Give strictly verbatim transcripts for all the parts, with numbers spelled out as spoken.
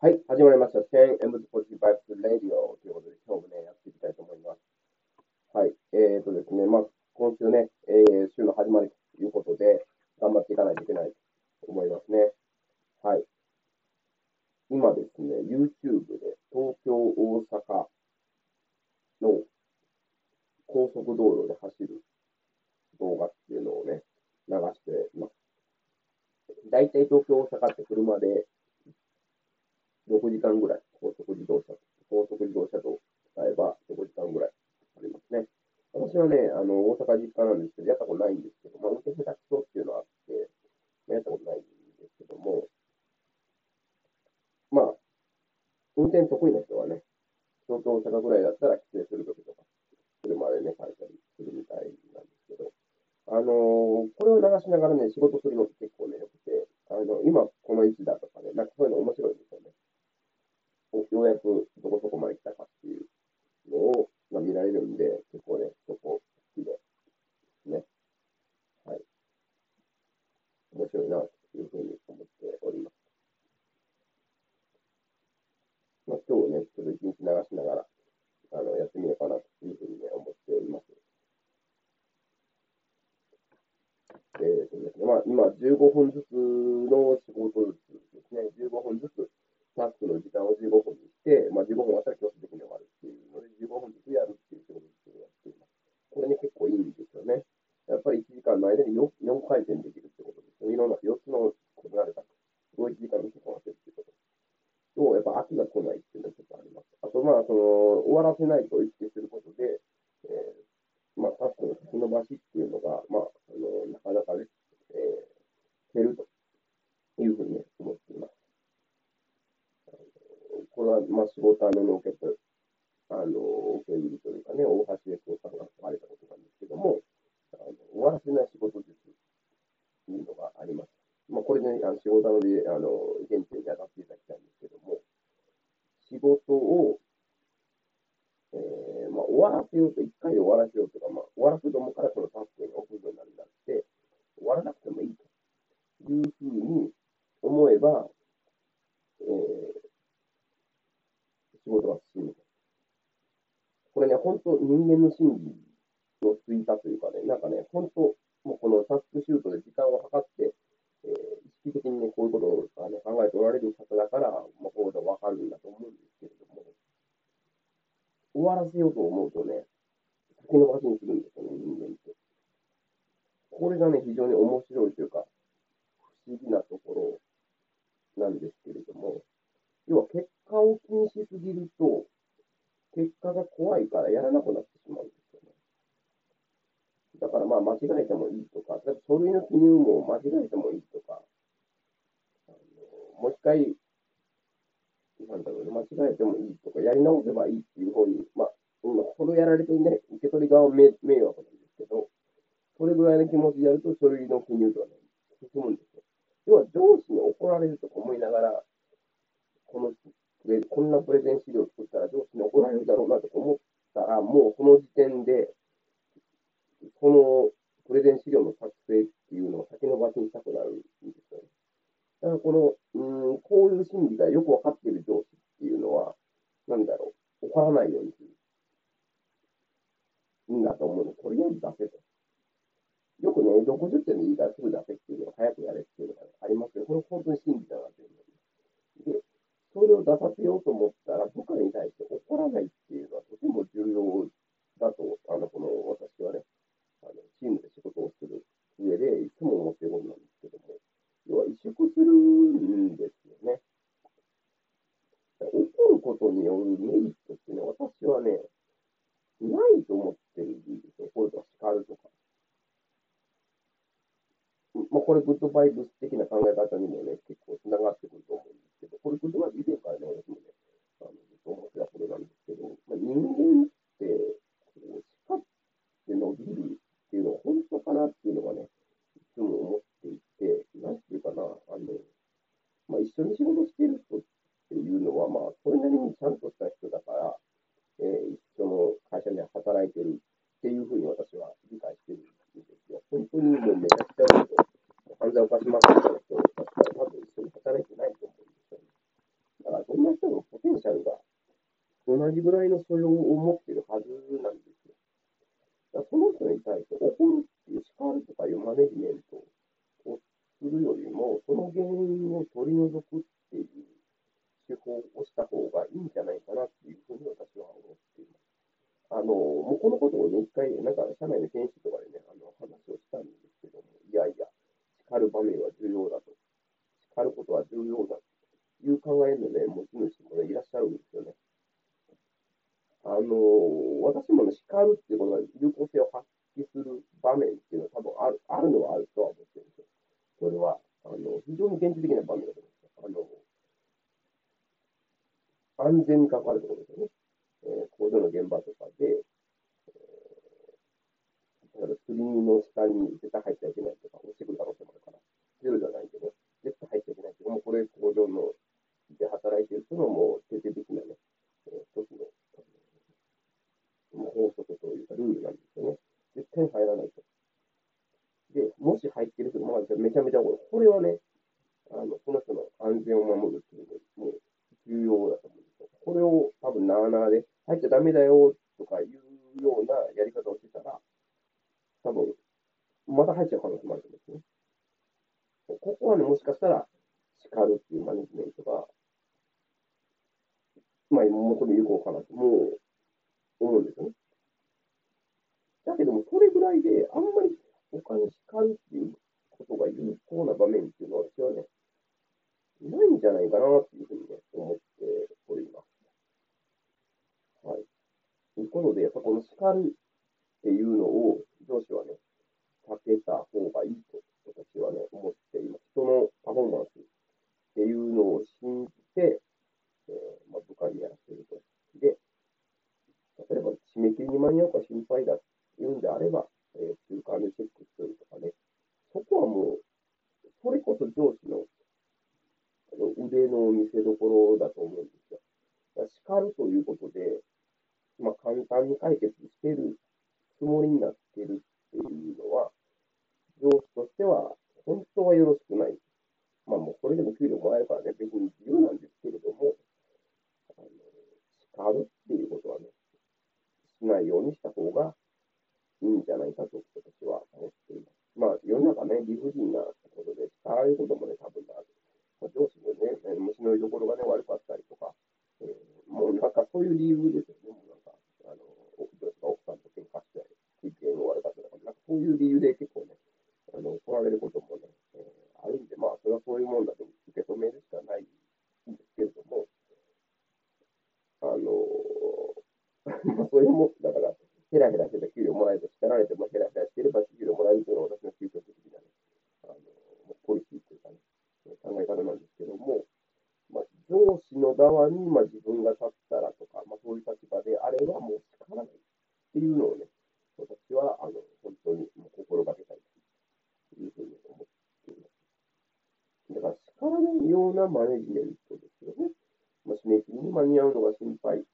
はい、始まりました。テン M ポジティブバイブスレディオということで、今日もね、やっていきたいと思います。はい、えーとですね、まあ、今週ね、えー週の始まりということで、頑張っていかないといけないと思いますね。はい、今ですね、YouTube で東京、大阪の高速道路で走る動画っていうのをね、流しています。大体東京、大阪って車でろくじかんぐらい、高速自動車、高速自動車と使えばろくじかんぐらいありますね。私はね、あの、大阪実家なんですけど、やったことないんですけど、まあ、運転下手くそっていうのはあって、まあやったことないんですけども、まあ、運転得意な人はね、東京、大阪ぐらいだったら帰省するときとか、車でね、帰ったりするみたいなんですけど、あのーこれを流しながらね、仕事するのって結構ね、よくて、あの、今この位置だとかね、なんかそういうの面白いんですよね。おようやくどこそこまで来たかっていうのを、まあ、見られるんで、結構ね、そこ好きで、ね、はい、面白いな、というふうに思っております。まあ、今日ね、ちょっと一日流しながら、あの、やってみようかな、というふうにね、思っております。えーとですね、まあ、今、じゅうごふんずつの仕事ずつですね、じゅうごふんずつ、タスクの時間をじゅうごふんにして、まあ、じゅうごふん終わったら強制的に終わるっていうので、じゅうごふんずつやるっていう仕事をやっています。これね、結構いいんですよね。やっぱりいちじかんの間に よん, よん回転できるってことですよ。いろんなよっつのことがあるから、すごいいちじかんの時間をせるっていうことと、やっぱ飽きが来ないっていうのがちょっとあります。あと、まあ、その、終わらせないと意識することで、えーまあ、タスクの先延ばしっていうのが、まあ、あのなかなかね、えー減るというふうに、ね、思っています。これは、まあ、仕事の受けと、あの、受け売りというかね、大橋でこうさんが書かれたことなんですけども、あの終わらせない仕事術というのがあります。まあ、これね、あの仕事なので、あの、現地に当たっていただきたいんですけども、仕事を、えーまあ、終わらせようと、いっかいで終わらせようとか、まあ、終わらせると思うからそのタスクに置くようになるんだって、終わらなくてもいいというふうに思えば、えー仕事が進む。これね、本当、人間の心理のついたというかね、なんかね、本当、もうこのタスクシュートで時間を計って、えー意識的にね、こういうことをあの考えておられる方だから、まあ、こういうのわかるんだと思うんですけれども、終わらせようと思うとね、先延ばしにするんですよね、人間って。これがね、非常に面白いというか、不思議なところなんですけれども、要は結果を気にしすぎると、結果が怖いからやらなくなってしまうんですよね。だからまあ間違えてもいいとか、書類の記入も間違えてもいいとか、あのもう一回、なんだろうね、間違えてもいいとか、やり直せばいいっていう方に、まあ、うんこれをやられてね、受け取り側は迷迷惑なんですけど、それぐらいの気持ちでやると書類の記入とかね、進むんですよ。要は上司に怒られるとか思いながら、このこんなプレゼン資料を作ったら上司に怒られるだろうなと思ったら、もうその時点で、そのプレゼン資料の作成っていうのを先延ばしにしたくなるんですよね。だからこの、うん、こういう心理がよくわかっている上司っていうのは、なんだろう、怒らないようにする。いいなと思うの。とりあえず出せと。よくね、ろくじゅってんでいいからすぐ出せっていうのが、早くやれっていうのがありますけど、これ本当に真理だなというので、それを出させようと思ったら、部下に対して怒らないっていうのはとても重要だと、あの、この私はね、あのチームで仕事をする上で、いつも思っていることなんですけども、要は萎縮するんですよね。怒ることによるメリットっていうのは、私はね、ないと思ってるんですよ。こういうの叱るとか。まあ、これ、グッドバイブス的な考え方にもね、結構つながってくると思うんですけど、これ、グッドバイブス以前からね、私もね、あのずっと思ってたことなんですけど、まあ、人間って、こう叱って伸びるっていうのは本当かなっていうのがね、いつも思っていて、なんていうかな、あの、まあ、一緒に仕事している人っていうのは、まあ、それなりにちゃんとした人だから、えー一緒の会社で働いてるっていうふうに私は理解してるんですよ。本当にもうめちゃくちゃなこと、犯罪を犯しますみたいな人だったら多分一緒に働いてないと思うんですよね。だからどルが同じぐらいの素養を持っているはずなんですよ。だからその人に対して怒るっていう、叱るとかいうマネジメントをするよりも、その原因を取り除くっていう手法をした方がいいんじゃないかなっていうふうに私は思っています。あの、もうこのことをね、一回、なんか、社内の研修とかでね、あの、話をしたんですけども、いやいや、叱る場面は重要だと。叱ることは重要だという考えのね、持ち主もね、いらっしゃるんですよね。あの、私もね、叱るっていうことが有効性を発揮する場面っていうのは多分ある、あるのはあるとは思ってるんですよ。それは、あの、非常に現実的な場面だと思うんですよ。あの、安全に関わるところですよね。えー工場の現場とかで、例えば釣りの下に絶対入っちゃいけないとか、落ちてくる可能性もあるから、ゼロじゃないけど、絶対入っちゃいけないけども、これ工場ので働いている人のもう徹底的なね、えー一つのもう法則というかルールなんですよね。絶対に入らないと。で、もし入っている人も、まあ、めちゃめちゃ多い。これはね、あの、その人の安全を守るっていうのも、もう重要だと思うんですよ。これを多分なあなあで、入っちゃダメだよとかいうようなやり方をしてたら、多分、また入っちゃう可能性もあると思うんですね。ここはね、もしかしたら、叱るっていうマネジメントが、まあ、最も有効かなと、もう思うんですよね。だけども、それぐらいで、あんまり他に叱るっていうことが有効な場面っていうのは、私はね、ないんじゃないかなっていうふうにね、思っております。はい。ということで、やっぱこの叱るっていうのを、上司はね、避けた方がいいと、私はね、思っています。人のパフォーマンスっていうのを信じて、えーまあ、部下にやらせると。で、例えば締め切りに間に合うか心配だっていうんであれば、えー、中間でチェックするとかね、そこはもう、それこそ上司のあの腕の見せ所だと思うんですよ。だから叱るということで、まあ、簡単に解決しているつもりになっているっていうのは、上司としては本当はよろしくない。まあもうこれでも給料もらえるからね、別に自由なんですけれども、あの叱るっていうことはね、しないようにした方がいいんじゃないかと私は思っています。まあ世の中ね、理不尽なことで叱られることもね、多分ある。まあ、上司のね、虫の居所がね、悪かったりとか、えー、もうなんかそういう理由ですよね。もうなんか、あの、上司が奥さんと喧嘩して、機嫌が悪かったとか、なんかそういう理由で結構ね、あの、怒られることもね、えー、あるんで、まあ、それはそういうもんだと受け止めるしかないんですけれども、あのー、まあ、そういうもん、だから、ヘラヘラしてた給料もらえると叱られてもヘラヘラしてれば給料もらえるというのが私の究極的なね、あのー、ポリシーというかね、考え方なんですけども、まあ、上司の側に、まあ、自分が立ったらとか、まあ、そういう立場であればもう叱らないっていうのをね、私は、あの、本当にもう心がけたいというふうに思っています。だから叱らないようなマネジメントですよね。まあ、締め切りに間に合うのが心配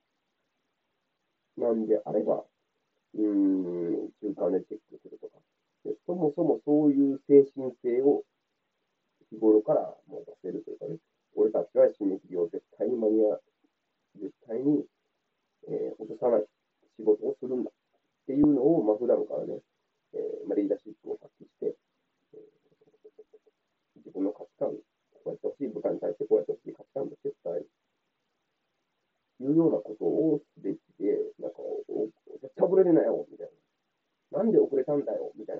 なんであれば、うーん、中間でチェックするとか。でそもそもそういう精神性を日頃からもう出せるというかね、俺たちは締め切りを絶対に間に合う、絶対に、えー落とさない仕事をするんだっていうのを、まあ、普段からね、えーまあ、リーダーシップを発揮して、えー自分の価値観、こうやってほしい、部下に対してこうやってほしい価値観を絶対いうようなことをすべきで、なんか、絶対遅れるなよ、みたいな。なんで遅れたんだよ、みたいな。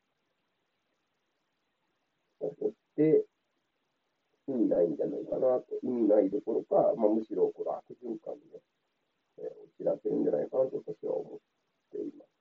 思って意味ないんじゃないかなと。意味ないどころか、まあ、むしろこれ悪循環にね、えー、落ちらせるんじゃないかなと私は思っています。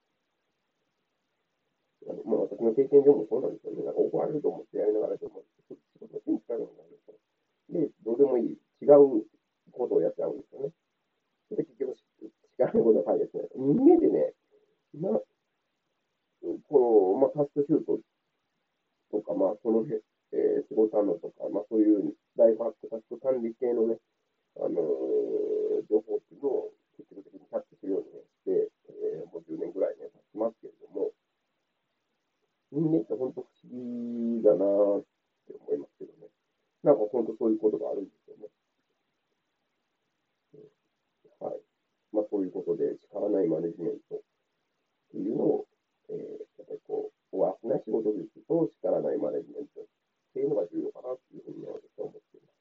あのまあ、私の経験上もそうなんですよね。なんか怒られると思ってやりながらでも、仕事が手につかなくなるんですよ。で、どうでもいい、違うことをやっちゃうんですよね。で、結局、叱られることは解決しない。人間でね、なこの、まあ、タスクシュートとか、まあ、そのへ、えー仕事反応とか、まあ、そういうライフハック、タスク管理系のね、あのー情報っていうのを積極的にキャッチするようにねして、えーもうじゅうねんぐらいね、経ちますけれども、人間って本当不思議だなーって思いますけどね。なんか本当そういうことがあるんですよね。 まあ、そういうことで、力ないマネジメントっていうのを、えー、やっぱりこう、終わらない仕事術と力ないマネジメントっていうのが重要かなっていうふうに私は思っています。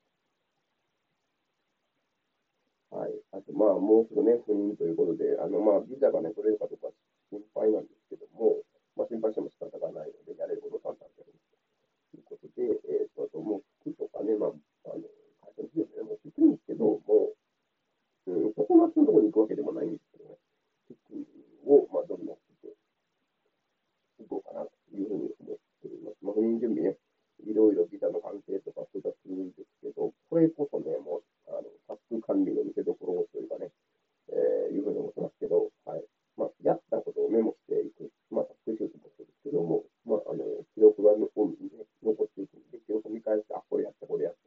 はい。あと、まあ、もうすぐね、赴任ということで、あの、まあ、ビザがね、取れるかどうか心配なんですけども、まあ、心配しても仕方がないので、やれることを簡単にやるということで、えっ、と、あと、もう服とかね、まあ、あの、会社の費用でね、もう行くんですけど、もう、うん、そこのところに行くわけでもないんですけどね、服を、まあ、どんどん着ていこうかなというふうに思っています。まあ、赴任準備ね、いろいろビザの関係とか複雑ですけど、これこそね、もう、あの、タスク管理の見せ所というかね、えーいうふうに思ってますけど、はい。まあ、やったことをメモしていく。まあ、タスクシュートもそうですけども、まあ、あの、記録が残るんで、残っていくんで、記録を見返して、あ、これやった、これやった、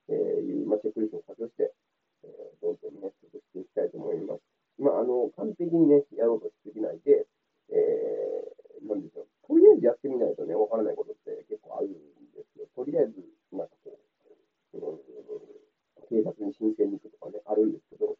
えーいう、まあ、チェックリストを作成して、えーどんどんね、潰していきたいと思います。まあ、あの、完璧にね、やろうとしすぎないで、えー、なんでしょう。とりあえずやってみないとね、わからないことって結構あるんですよ。とりあえず、なんかこう、うん、警察に申請に行くとかね、あるんですけど、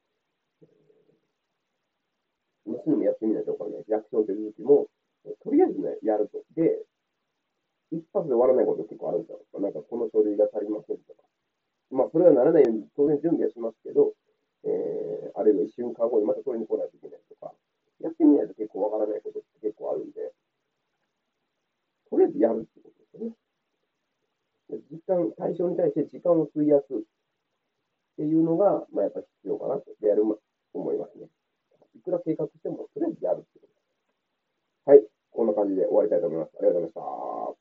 まあ、そういうのもやってみないとわからないし、役所手続きも、とりあえずね、やると。で、一発で終わらないこと結構あるんですよ。なんか、この書類が足りませんとか。まあ、それはならないように当然準備はしますけど、えー、あるいは一瞬間後にまた取りに来ないといけないとか、やってみないと結構わからないことって結構あるんで、とりあえずやるってことですよね。時間、対象に対して時間を費やすっていうのが、まあ、やっぱ必要かなと、やる、思いますね。いくら計画しても、とりあえずやるってことです。はい。こんな感じで終わりたいと思います。ありがとうございました。